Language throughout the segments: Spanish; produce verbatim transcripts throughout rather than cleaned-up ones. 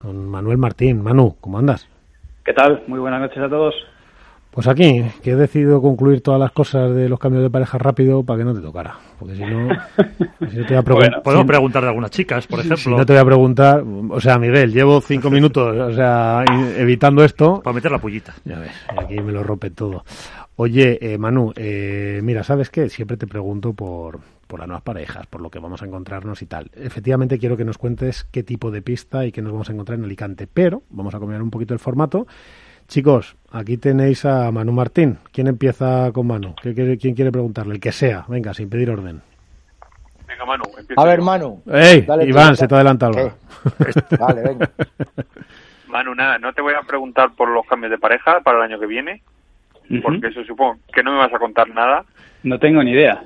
don Manuel Martín. Manu, ¿cómo andas? ¿Qué tal? Muy buenas noches a todos. Pues aquí, que he decidido concluir todas las cosas de los cambios de pareja rápido para que no te tocara. Porque si no, si no te voy a preguntar. Bueno, podemos si, preguntar de algunas chicas, por ejemplo. Si no te voy a preguntar, o sea, Miguel, llevo cinco minutos, o sea, evitando esto. Para meter la pullita. Ya ves, aquí me lo rompe todo. Oye, eh, Manu, eh, mira, ¿sabes qué? Siempre te pregunto por, por las nuevas parejas, por lo que vamos a encontrarnos y tal. Efectivamente, quiero que nos cuentes qué tipo de pista y qué nos vamos a encontrar en Alicante, pero vamos a cambiar un poquito el formato. Chicos, aquí tenéis a Manu Martín. ¿Quién empieza con Manu? ¿Quién quiere preguntarle? El que sea. Venga, sin pedir orden. Venga, Manu. A ver, Manu. ¡Ey! Dale, Iván, se te adelanta algo. Vale, venga. Manu, nada, no te voy a preguntar por los cambios de pareja para el año que viene, uh-huh. porque eso supongo que no me vas a contar nada. No tengo ni idea.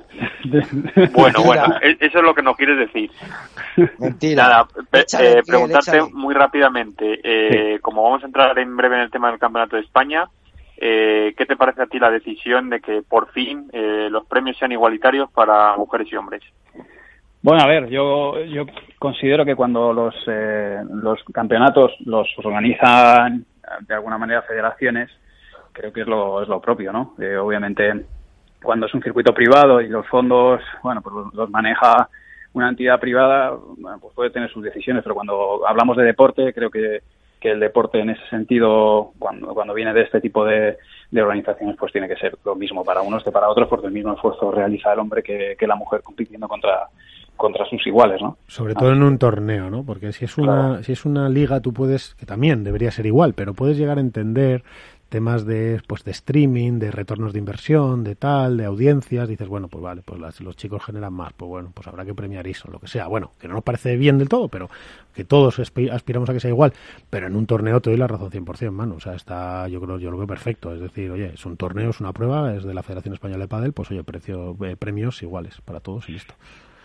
Bueno, bueno, eso es lo que nos quieres decir. Mentira. Nada, pe- eh, preguntarte muy rápidamente, eh, sí. como vamos a entrar en breve en el tema del Campeonato de España, eh, ¿qué te parece a ti la decisión de que por fin eh, los premios sean igualitarios para mujeres y hombres? Bueno, a ver, yo yo considero que cuando los eh, los campeonatos los organizan de alguna manera federaciones, creo que es lo es lo propio, ¿no? Eh, obviamente, cuando es un circuito privado y los fondos, bueno, pues los, los maneja una entidad privada, bueno, pues puede tener sus decisiones, pero cuando hablamos de deporte, creo que, que el deporte en ese sentido, cuando, cuando viene de este tipo de, de organizaciones, pues tiene que ser lo mismo para unos que para otros, porque el mismo esfuerzo realiza el hombre que, que la mujer compitiendo contra contra sus iguales, ¿no? Sobre todo en un torneo, ¿no? Porque si es una Claro. si es una liga, tú puedes, que también debería ser igual, pero puedes llegar a entender temas de pues de streaming, de retornos de inversión, de tal, de audiencias, dices, bueno, pues vale, pues las, los chicos generan más, pues bueno, pues habrá que premiar eso, lo que sea, bueno, que no nos parece bien del todo, pero que todos aspiramos a que sea igual, pero en un torneo te doy la razón cien por ciento, mano, o sea, está, yo creo, yo lo veo perfecto, es decir, oye, es un torneo, es una prueba, es de la Federación Española de Pádel, pues oye, precio, eh, premios iguales para todos y listo.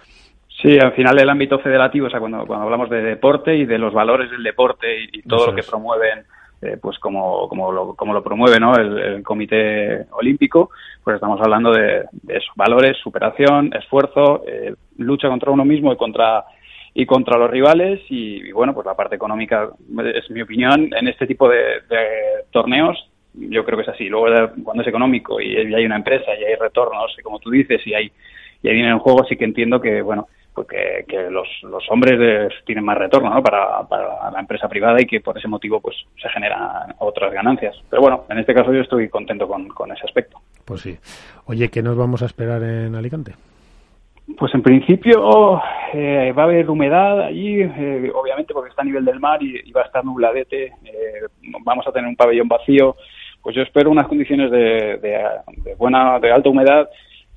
Sí, al final el ámbito federativo, o sea, cuando, cuando hablamos de deporte y de los valores del deporte y, y todo Eso lo que es. promueven, eh, pues como, como, lo, como lo promueve, ¿no? el, el Comité Olímpico, pues estamos hablando de, de eso, valores, superación, esfuerzo, eh, lucha contra uno mismo y contra y contra los rivales y, y bueno, pues la parte económica, es mi opinión, en este tipo de, de torneos, yo creo que es así. Luego, cuando es económico y hay una empresa y hay retornos, y como tú dices, y hay, y hay dinero en juego, sí que entiendo que, bueno, porque que los, los hombres de, tienen más retorno, ¿no? para, para la empresa privada y que por ese motivo pues se generan otras ganancias. Pero bueno, en este caso yo estoy contento con, con ese aspecto. Pues sí. Oye, ¿qué nos vamos a esperar en Alicante? Pues en principio eh, va a haber humedad allí, eh, obviamente porque está a nivel del mar y, y va a estar nubladete. Eh, vamos a tener un pabellón vacío. Pues yo espero unas condiciones de, de, de buena, de alta humedad.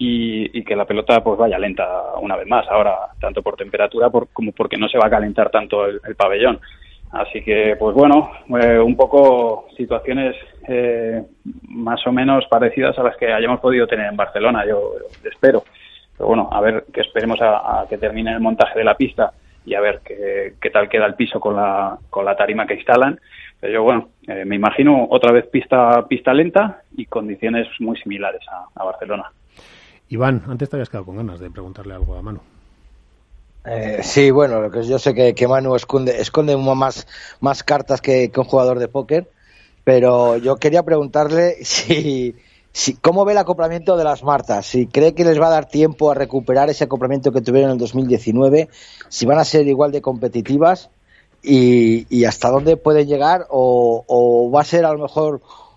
Y, y que la pelota pues vaya lenta una vez más, ahora tanto por temperatura por, como porque no se va a calentar tanto el, el pabellón. Así que, pues bueno, eh, un poco situaciones eh, más o menos parecidas a las que hayamos podido tener en Barcelona, yo, yo espero. Pero bueno, a ver, que esperemos a, a que termine el montaje de la pista y a ver qué, qué tal queda el piso con la, con la tarima que instalan. Pero yo, bueno, eh, me imagino otra vez pista, pista lenta y condiciones muy similares a, a Barcelona. Iván, antes te habías quedado con ganas de preguntarle algo a Manu. Eh, sí, bueno, lo que yo sé que, que Manu esconde, esconde más, más cartas que, que un jugador de póker, pero yo quería preguntarle si, si cómo ve el acoplamiento de las Martas, si cree que les va a dar tiempo a recuperar ese acoplamiento que tuvieron en el dos mil diecinueve, si van a ser igual de competitivas y, y hasta dónde pueden llegar o, o va a ser a lo mejor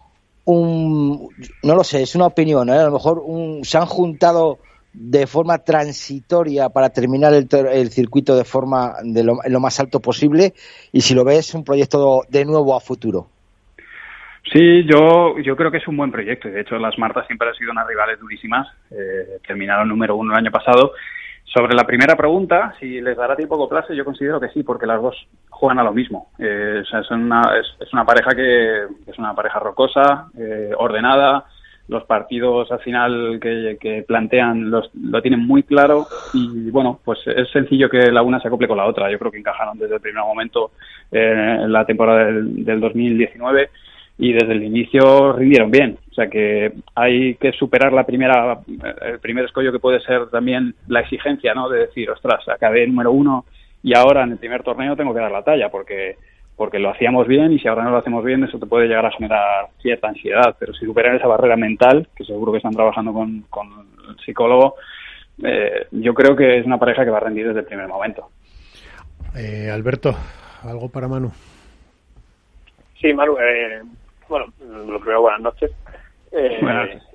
un, no lo sé, es una opinión, ¿eh? A lo mejor un, se han juntado de forma transitoria para terminar el, el circuito de forma de lo, lo más alto posible y si lo ves un proyecto de nuevo a futuro. Sí, yo yo creo que es un buen proyecto y de hecho las Martas siempre han sido unas rivales durísimas, eh, terminaron número uno el año pasado. Sobre la primera pregunta, si les dará tiempo a acoplarse, yo considero que sí, porque las dos juegan a lo mismo. Eh, o sea, es, una, es, es una pareja que es una pareja rocosa, eh, ordenada. Los partidos al final que, que plantean los, lo tienen muy claro y bueno, pues es sencillo que la una se acople con la otra. Yo creo que encajaron desde el primer momento eh, en la temporada del, del dos mil diecinueve y desde el inicio rindieron bien. O sea que hay que superar la primera, el primer escollo que puede ser también la exigencia, ¿no? De decir, ostras, acabé número uno y ahora en el primer torneo tengo que dar la talla porque porque lo hacíamos bien y si ahora no lo hacemos bien eso te puede llegar a generar cierta ansiedad, pero si superan esa barrera mental, que seguro que están trabajando con, con el psicólogo, eh, yo creo que es una pareja que va a rendir desde el primer momento. Eh, Alberto, ¿algo para Manu? Sí, Manu, eh, bueno, lo primero, buenas noches. Eh, buenas noches.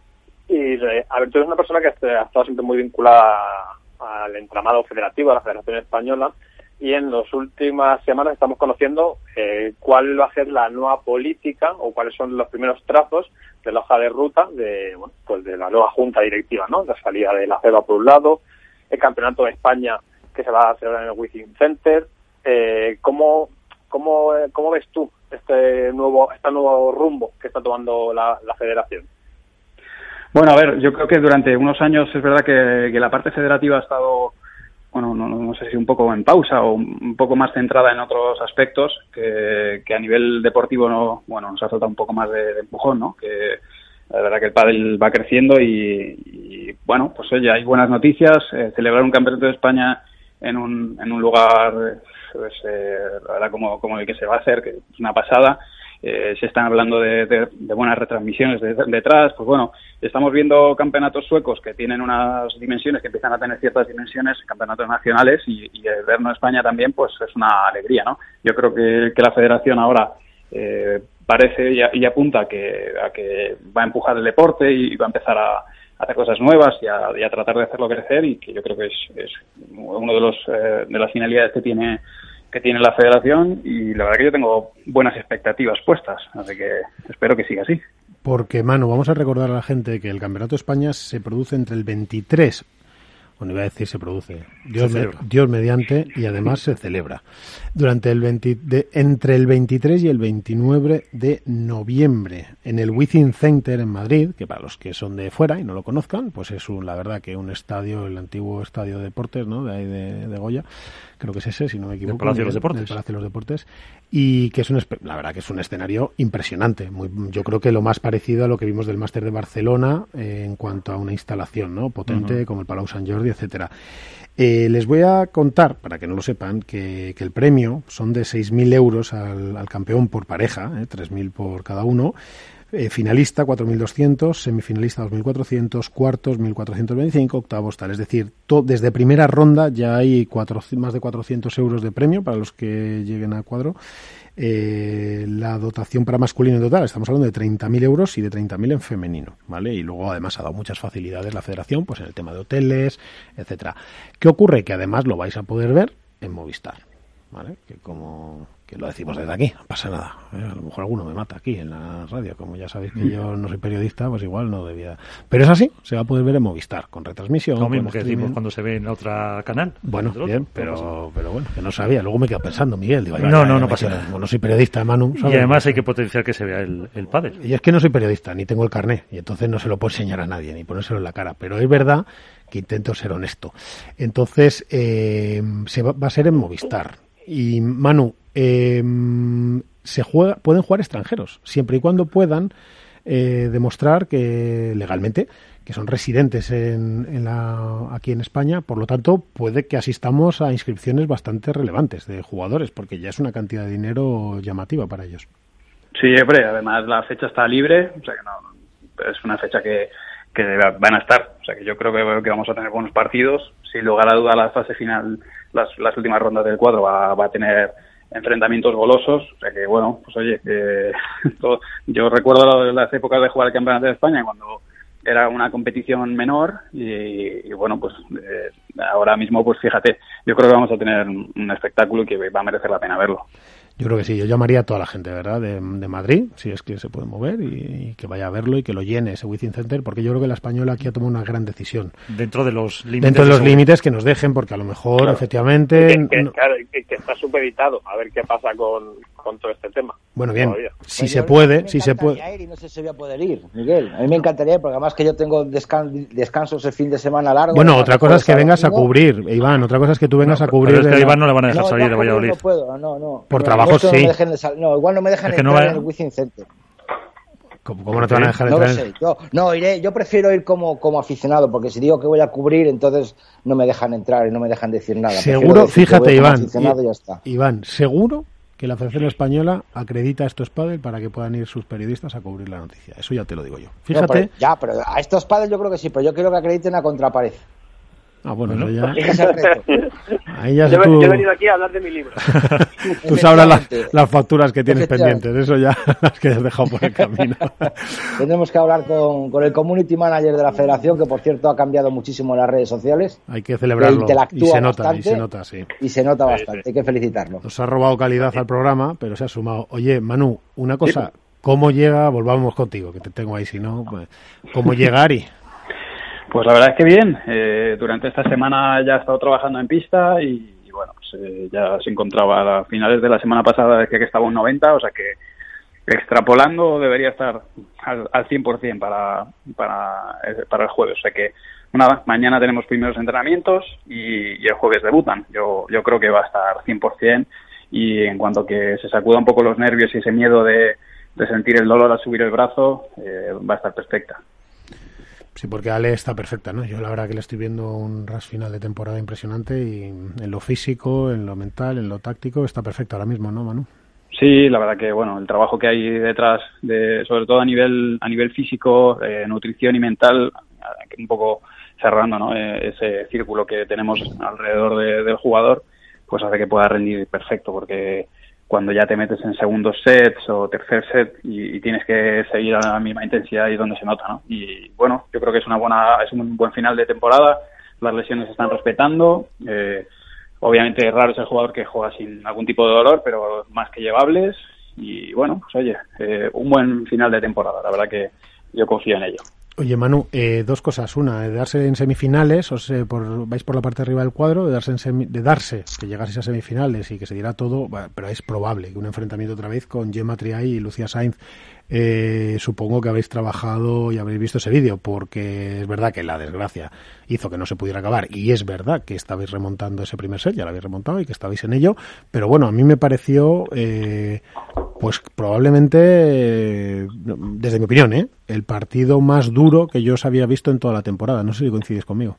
Y eh, Alberto es una persona que ha estado siempre muy vinculada al entramado federativo, a la Federación Española, y en las últimas semanas estamos conociendo eh, cuál va a ser la nueva política o cuáles son los primeros trazos de la hoja de ruta de, bueno, pues de la nueva junta directiva, ¿no? La salida de la FEBA por un lado, el campeonato de España que se va a celebrar en el Within Center. Eh, ¿cómo, cómo, ¿Cómo ves tú este nuevo, este nuevo rumbo que está tomando la, la federación? Bueno, a ver, yo creo que durante unos años es verdad que, que la parte federativa ha estado, bueno, no, no sé si un poco en pausa o un poco más centrada en otros aspectos, que, que a nivel deportivo no, bueno, nos ha faltado un poco más de, de empujón, ¿no? Que la verdad que el pádel va creciendo y, y bueno, pues oye, hay buenas noticias. Eh, celebrar un campeonato de España en un, en un lugar, pues, eh, la verdad como, como el que se va a hacer, que es una pasada. Eh, se están hablando de, de, de buenas retransmisiones de, de, detrás, pues bueno, estamos viendo campeonatos suecos que tienen unas dimensiones, que empiezan a tener ciertas dimensiones, campeonatos nacionales, y, y el vernos en España también, pues es una alegría, ¿no? Yo creo que, que la federación ahora eh, parece y, y apunta que, a que va a empujar el deporte y va a empezar a, a hacer cosas nuevas y a, y a tratar de hacerlo crecer, y que yo creo que es, es uno de los eh, de las finalidades que tiene que tiene la federación, y la verdad que yo tengo buenas expectativas puestas, así que espero que siga así. Porque, Manu, vamos a recordar a la gente que el Campeonato de España se produce entre el veintitrés, bueno, iba a decir se produce, Dios, me, Dios mediante, y además se celebra, durante el veinte, de, entre el veintitrés y el veintinueve de noviembre, en el Within Center en Madrid, que para los que son de fuera y no lo conozcan, pues es un, la verdad que un estadio, el antiguo estadio de deportes, ¿no?, de ahí de, de Goya, creo que es ese, si no me equivoco. El Palacio de los Deportes. El Palacio de los Deportes. Y que es un, la verdad que es un escenario impresionante. Muy, yo creo que lo más parecido a lo que vimos del Máster de Barcelona eh, en cuanto a una instalación, ¿no?, potente, uh-huh, como el Palau Sant Jordi, etcétera. Eh, les voy a contar, para que no lo sepan, que, que el premio son de seis mil euros al, al campeón por pareja, eh, tres mil por cada uno. Eh, finalista cuatro mil doscientos, semifinalista dos mil cuatrocientos, cuartos mil cuatrocientos veinticinco, octavos tal. Es decir, to, desde primera ronda ya hay cuatro, más de cuatrocientos euros de premio para los que lleguen a cuadro. Eh, la dotación para masculino en total, estamos hablando de treinta mil euros y de treinta mil en femenino, ¿vale? Y luego además ha dado muchas facilidades la federación, pues en el tema de hoteles, etcétera. ¿Qué ocurre? Que además lo vais a poder ver en Movistar, ¿vale? Que como que lo decimos desde aquí, no pasa nada, ¿eh? A lo mejor alguno me mata aquí en la radio, como ya sabéis que yo no soy periodista, pues igual no debía, pero es así, se va a poder ver en Movistar, con retransmisión. Lo mismo que decimos cuando se ve en otro canal. Bueno, bien, pero, pero bueno, que no sabía, luego me quedo pensando, Miguel, digo, no, no, no pasa nada. No soy periodista, Manu, ¿sabes? Y además hay que potenciar que se vea el, el pádel. Y es que no soy periodista, ni tengo el carné, y entonces no se lo puedo enseñar a nadie, ni ponérselo en la cara, pero es verdad que intento ser honesto. Entonces, eh, se va, va a ser en Movistar. Y Manu, eh, se juega, pueden jugar extranjeros, siempre y cuando puedan eh, demostrar que legalmente que son residentes en, en la, aquí en España, por lo tanto puede que asistamos a inscripciones bastante relevantes de jugadores, porque ya es una cantidad de dinero llamativa para ellos. Sí, hombre, además la fecha está libre, o sea que no, es una fecha que, que van a estar, o sea que yo creo que, que vamos a tener buenos partidos. Sin lugar a duda la fase final, las, las últimas rondas del cuadro va, va a tener enfrentamientos golosos, o sea que bueno, pues oye, que todo, yo recuerdo las épocas de jugar el Campeonato de España cuando era una competición menor y, y bueno, pues eh, ahora mismo pues fíjate, yo creo que vamos a tener un espectáculo que va a merecer la pena verlo. Yo creo que sí, yo llamaría a toda la gente, ¿verdad?, de, de Madrid, si es que se puede mover, y, y que vaya a verlo y que lo llene ese Within Center, porque yo creo que la Española aquí ha tomado una gran decisión. Dentro de los límites. Dentro de los límites que nos dejen, porque a lo mejor, claro, efectivamente... Que, que, no... claro, que, que está supeditado, a ver qué pasa con, con todo este tema. Bueno, bien, todavía. si pues se puede, si se puede... Ir y no sé si voy a poder ir, Miguel. A mí me encantaría, porque además que yo tengo descan- descansos el fin de semana largo. Bueno, otra cosa es que vengas a cubrir, Iván, otra cosa es que tú vengas no, a cubrir... Pero es que a la... Iván no le van a dejar no, salir de Valladolid. No puedo, no, no. Por no, trabajo no, sí. No, sal... no, igual no me dejan es que entrar no va... en el Within Center. ¿Cómo, cómo no te van a dejar no entrar? No lo sé, yo, no, iré, yo prefiero ir como, como aficionado, porque si digo que voy a cubrir, entonces no me dejan entrar y no me dejan decir nada. Seguro, fíjate, Iván, y ya está. Iván, seguro que la Federación Española acredita estos pádel para que puedan ir sus periodistas a cubrir la noticia. Eso ya te lo digo yo. Fíjate. No, pero, ya, pero a estos pádel yo creo que sí, pero yo quiero que acrediten a Contrapared. Ah, bueno, ¿no? Ya... Ahí ya yo, tú... yo he venido aquí a hablar de mi libro. Tú sabrás las, las facturas que tienes pendientes, eso ya las que has dejado por el camino. Tendremos que hablar con, con el community manager de la federación, que por cierto ha cambiado muchísimo en las redes sociales. Hay que celebrarlo, y se nota, bastante, y se nota, sí. Y se nota bastante, sí, sí. Hay que felicitarlo. Nos ha robado calidad al programa, pero se ha sumado. Oye, Manu, una cosa, ¿cómo llega? Volvamos contigo, que te tengo ahí, si no, pues, ¿cómo llega Ari? Pues la verdad es que bien, eh, durante esta semana ya he estado trabajando en pista y, y bueno, pues eh, ya se encontraba a finales de la semana pasada, decía que estaba un noventa, o sea que extrapolando debería estar al, al cien por ciento para, para, para el jueves, o sea que nada, mañana tenemos primeros entrenamientos y, y el jueves debutan, yo, yo creo que va a estar cien por ciento y en cuanto que se sacuda un poco los nervios y ese miedo de, de sentir el dolor al subir el brazo, eh, va a estar perfecta. Sí, porque Ale está perfecta, ¿no? Yo la verdad que le estoy viendo un ras final de temporada impresionante y en lo físico, en lo mental, en lo táctico, está perfecta ahora mismo, ¿no, Manu? Sí, la verdad que, bueno, el trabajo que hay detrás, de, sobre todo a nivel a nivel físico, eh, nutrición y mental, un poco cerrando, ¿no? Eh, ese círculo que tenemos alrededor de, del jugador, pues hace que pueda rendir perfecto, porque cuando ya te metes en segundos sets o tercer set y, y tienes que seguir a la misma intensidad, ahí es donde se nota, ¿no? Y bueno, yo creo que es una buena, es un buen final de temporada, las lesiones se están respetando, eh, obviamente raro es el jugador que juega sin algún tipo de dolor, pero más que llevables y bueno, pues oye, eh, un buen final de temporada, la verdad que yo confío en ello. Oye, Manu, eh, dos cosas. Una, de darse en semifinales, o sea, por, vais por la parte de arriba del cuadro, de darse, en semi, de darse que llegaseis a semifinales y que se diera todo, bueno, pero es probable que un enfrentamiento otra vez con Gemma Triay y Lucía Sainz. Eh, supongo que habéis trabajado y habéis visto ese vídeo, porque es verdad que la desgracia hizo que no se pudiera acabar, y es verdad que estabais remontando ese primer set, ya lo habéis remontado y que estabais en ello, pero bueno, a mí me pareció, eh, pues probablemente, eh, desde mi opinión, ¿eh? el partido más duro que yo os había visto en toda la temporada. No sé si coincides conmigo.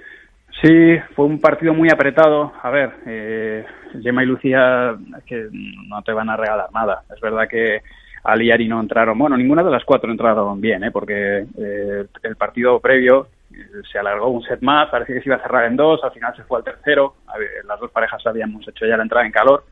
Sí, fue un partido muy apretado. A ver, eh, Gemma y Lucía es que no te van a regalar nada. Es verdad que Ali y Ari no entraron, bueno, ninguna de las cuatro entraron bien, ¿eh? porque eh, el partido previo eh, se alargó un set más, parecía que se iba a cerrar en dos, al final se fue al tercero, a ver, las dos parejas habíamos hecho ya la entrada en calor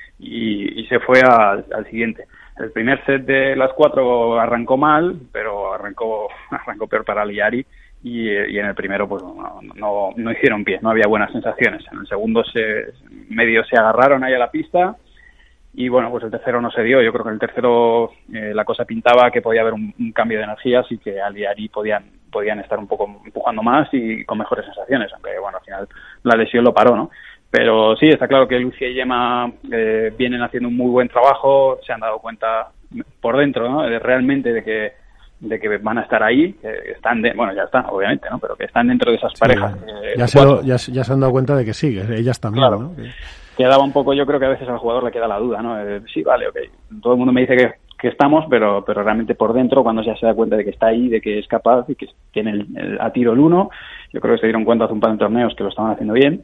y, y se fue al, al siguiente. El primer set de las cuatro arrancó mal, pero arrancó arrancó peor para Ali y Ari y, y en el primero pues no, no, no hicieron pie, no había buenas sensaciones. En el segundo se medio se agarraron ahí a la pista. Y bueno, pues el tercero no se dio. Yo creo que en el tercero eh, la cosa pintaba que podía haber un, un cambio de energías y que Ali y Ari podían, podían estar un poco empujando más y con mejores sensaciones, aunque bueno, al final la lesión lo paró, ¿no? Pero sí, está claro que Lucía y Gemma eh, vienen haciendo un muy buen trabajo, se han dado cuenta por dentro, ¿no? De, realmente de que de que van a estar ahí, que están, de, bueno, ya están, obviamente, ¿no? Pero que están dentro de esas sí, parejas. Eh, ya, se lo, ya, ya se han dado cuenta de que sí, que ellas también, claro, ¿no? Que... Quedaba un poco, yo creo que a veces al jugador le queda la duda, ¿no? Eh, sí, vale, ok. Todo el mundo me dice que, que estamos, pero pero realmente por dentro, cuando ya se da cuenta de que está ahí, de que es capaz y que tiene el, el, a tiro el uno, yo creo que se dieron cuenta hace un par de torneos que lo estaban haciendo bien.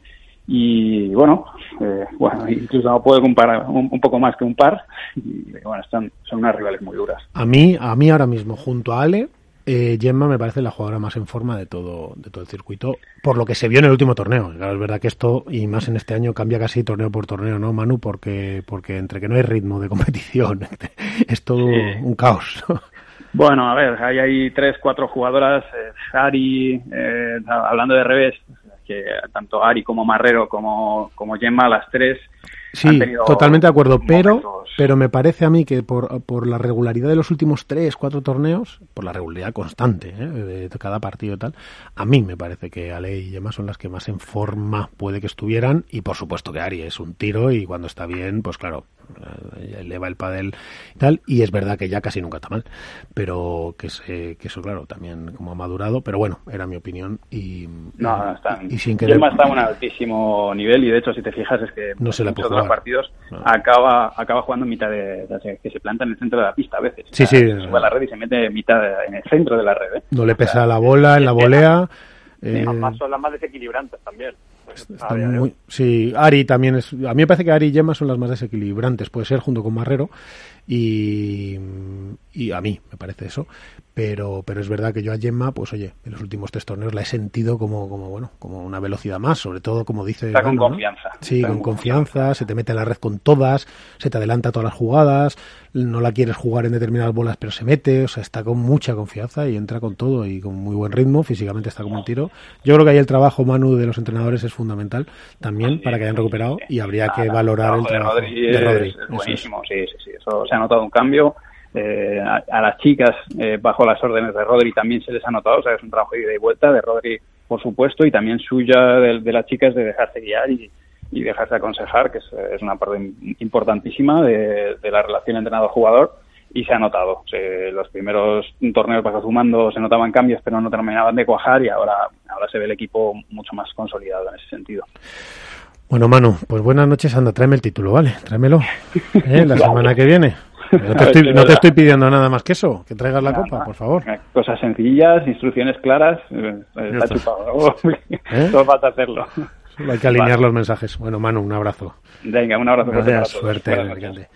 Y bueno, eh, bueno, incluso no puedo comparar un, un poco más que un par. Y bueno, están, son unas rivales muy duras. A mí, a mí ahora mismo, junto a Ale, Eh, Gemma me parece la jugadora más en forma de todo de todo el circuito, por lo que se vio en el último torneo. Claro, es verdad que esto, y más en este año, cambia casi torneo por torneo, ¿no, Manu? Porque porque entre que no hay ritmo de competición, es todo sí. un caos. Bueno, a ver, ahí hay tres, cuatro jugadoras, eh, Ari, eh, hablando de revés, que tanto Ari como Marrero como, como Gemma, las tres... Sí, totalmente de acuerdo, pero momentos. pero me parece a mí que por, por la regularidad de los últimos tres, cuatro torneos, por la regularidad constante ¿eh? de, de cada partido y tal, a mí me parece que Ale y Gemma son las que más en forma puede que estuvieran, y por supuesto que Ari es un tiro y cuando está bien, pues claro, eleva el pádel y tal, y es verdad que ya casi nunca está mal, pero que, se, que eso claro, también como ha madurado, pero bueno, era mi opinión y, no, no está, y, y sin querer... Gemma está a un altísimo nivel y de hecho si te fijas es que no se la muchos de los partidos no. acaba acaba jugando en mitad de, de, que se planta en el centro de la pista a veces, sí, o sea, sí, se sube a la red y se mete en mitad de, en el centro de la red, ¿eh? No le pesa o sea, la bola en la volea. Eh, más son las más desequilibrantes también. Están muy, sí, Ari también es. A mí me parece que Ari y Gemma son las más desequilibrantes, puede ser junto con Marrero y, y a mí me parece eso. Pero, pero es verdad que yo a Gemma, pues oye, en los últimos tres torneos la he sentido como, como bueno, como una velocidad más, sobre todo como dice. Está con Gano, confianza. ¿no? Sí, Está con con confianza, confianza, se te mete en la red con todas, se te adelanta todas las jugadas, no la quieres jugar en determinadas bolas, pero se mete, o sea, está con mucha confianza y entra con todo y con muy buen ritmo, físicamente está como un tiro. Yo creo que ahí el trabajo, Manu, de los entrenadores es fundamental también para que hayan recuperado y habría que ah, valorar el trabajo de Rodri. De Rodri. Es, es buenísimo, sí, sí, sí, eso se ha notado un cambio. Eh, a, a las chicas, eh, bajo las órdenes de Rodri, también se les ha notado, o sea, es un trabajo de ida y vuelta de Rodri, por supuesto, y también suya de, de las chicas de dejarse guiar y, y dejarse aconsejar, que es, es una parte importantísima de, de la relación entrenador-jugador, y se ha notado. O sea, los primeros torneos bajo su mando se notaban cambios, pero no terminaban de cuajar, y ahora, ahora se ve el equipo mucho más consolidado en ese sentido. Bueno, Manu, pues buenas noches, anda, tráeme el título, ¿vale? Tráemelo, ¿eh? La semana que viene. No te, estoy, no te estoy pidiendo nada más que eso, que traigas la nada, copa, por favor. Cosas sencillas, instrucciones claras, eh, está chupado. ¿Eh? Todo falta hacerlo. Solo hay que alinear vale. los mensajes. Bueno, Manu, un abrazo. Venga, un abrazo. Gracias, suerte.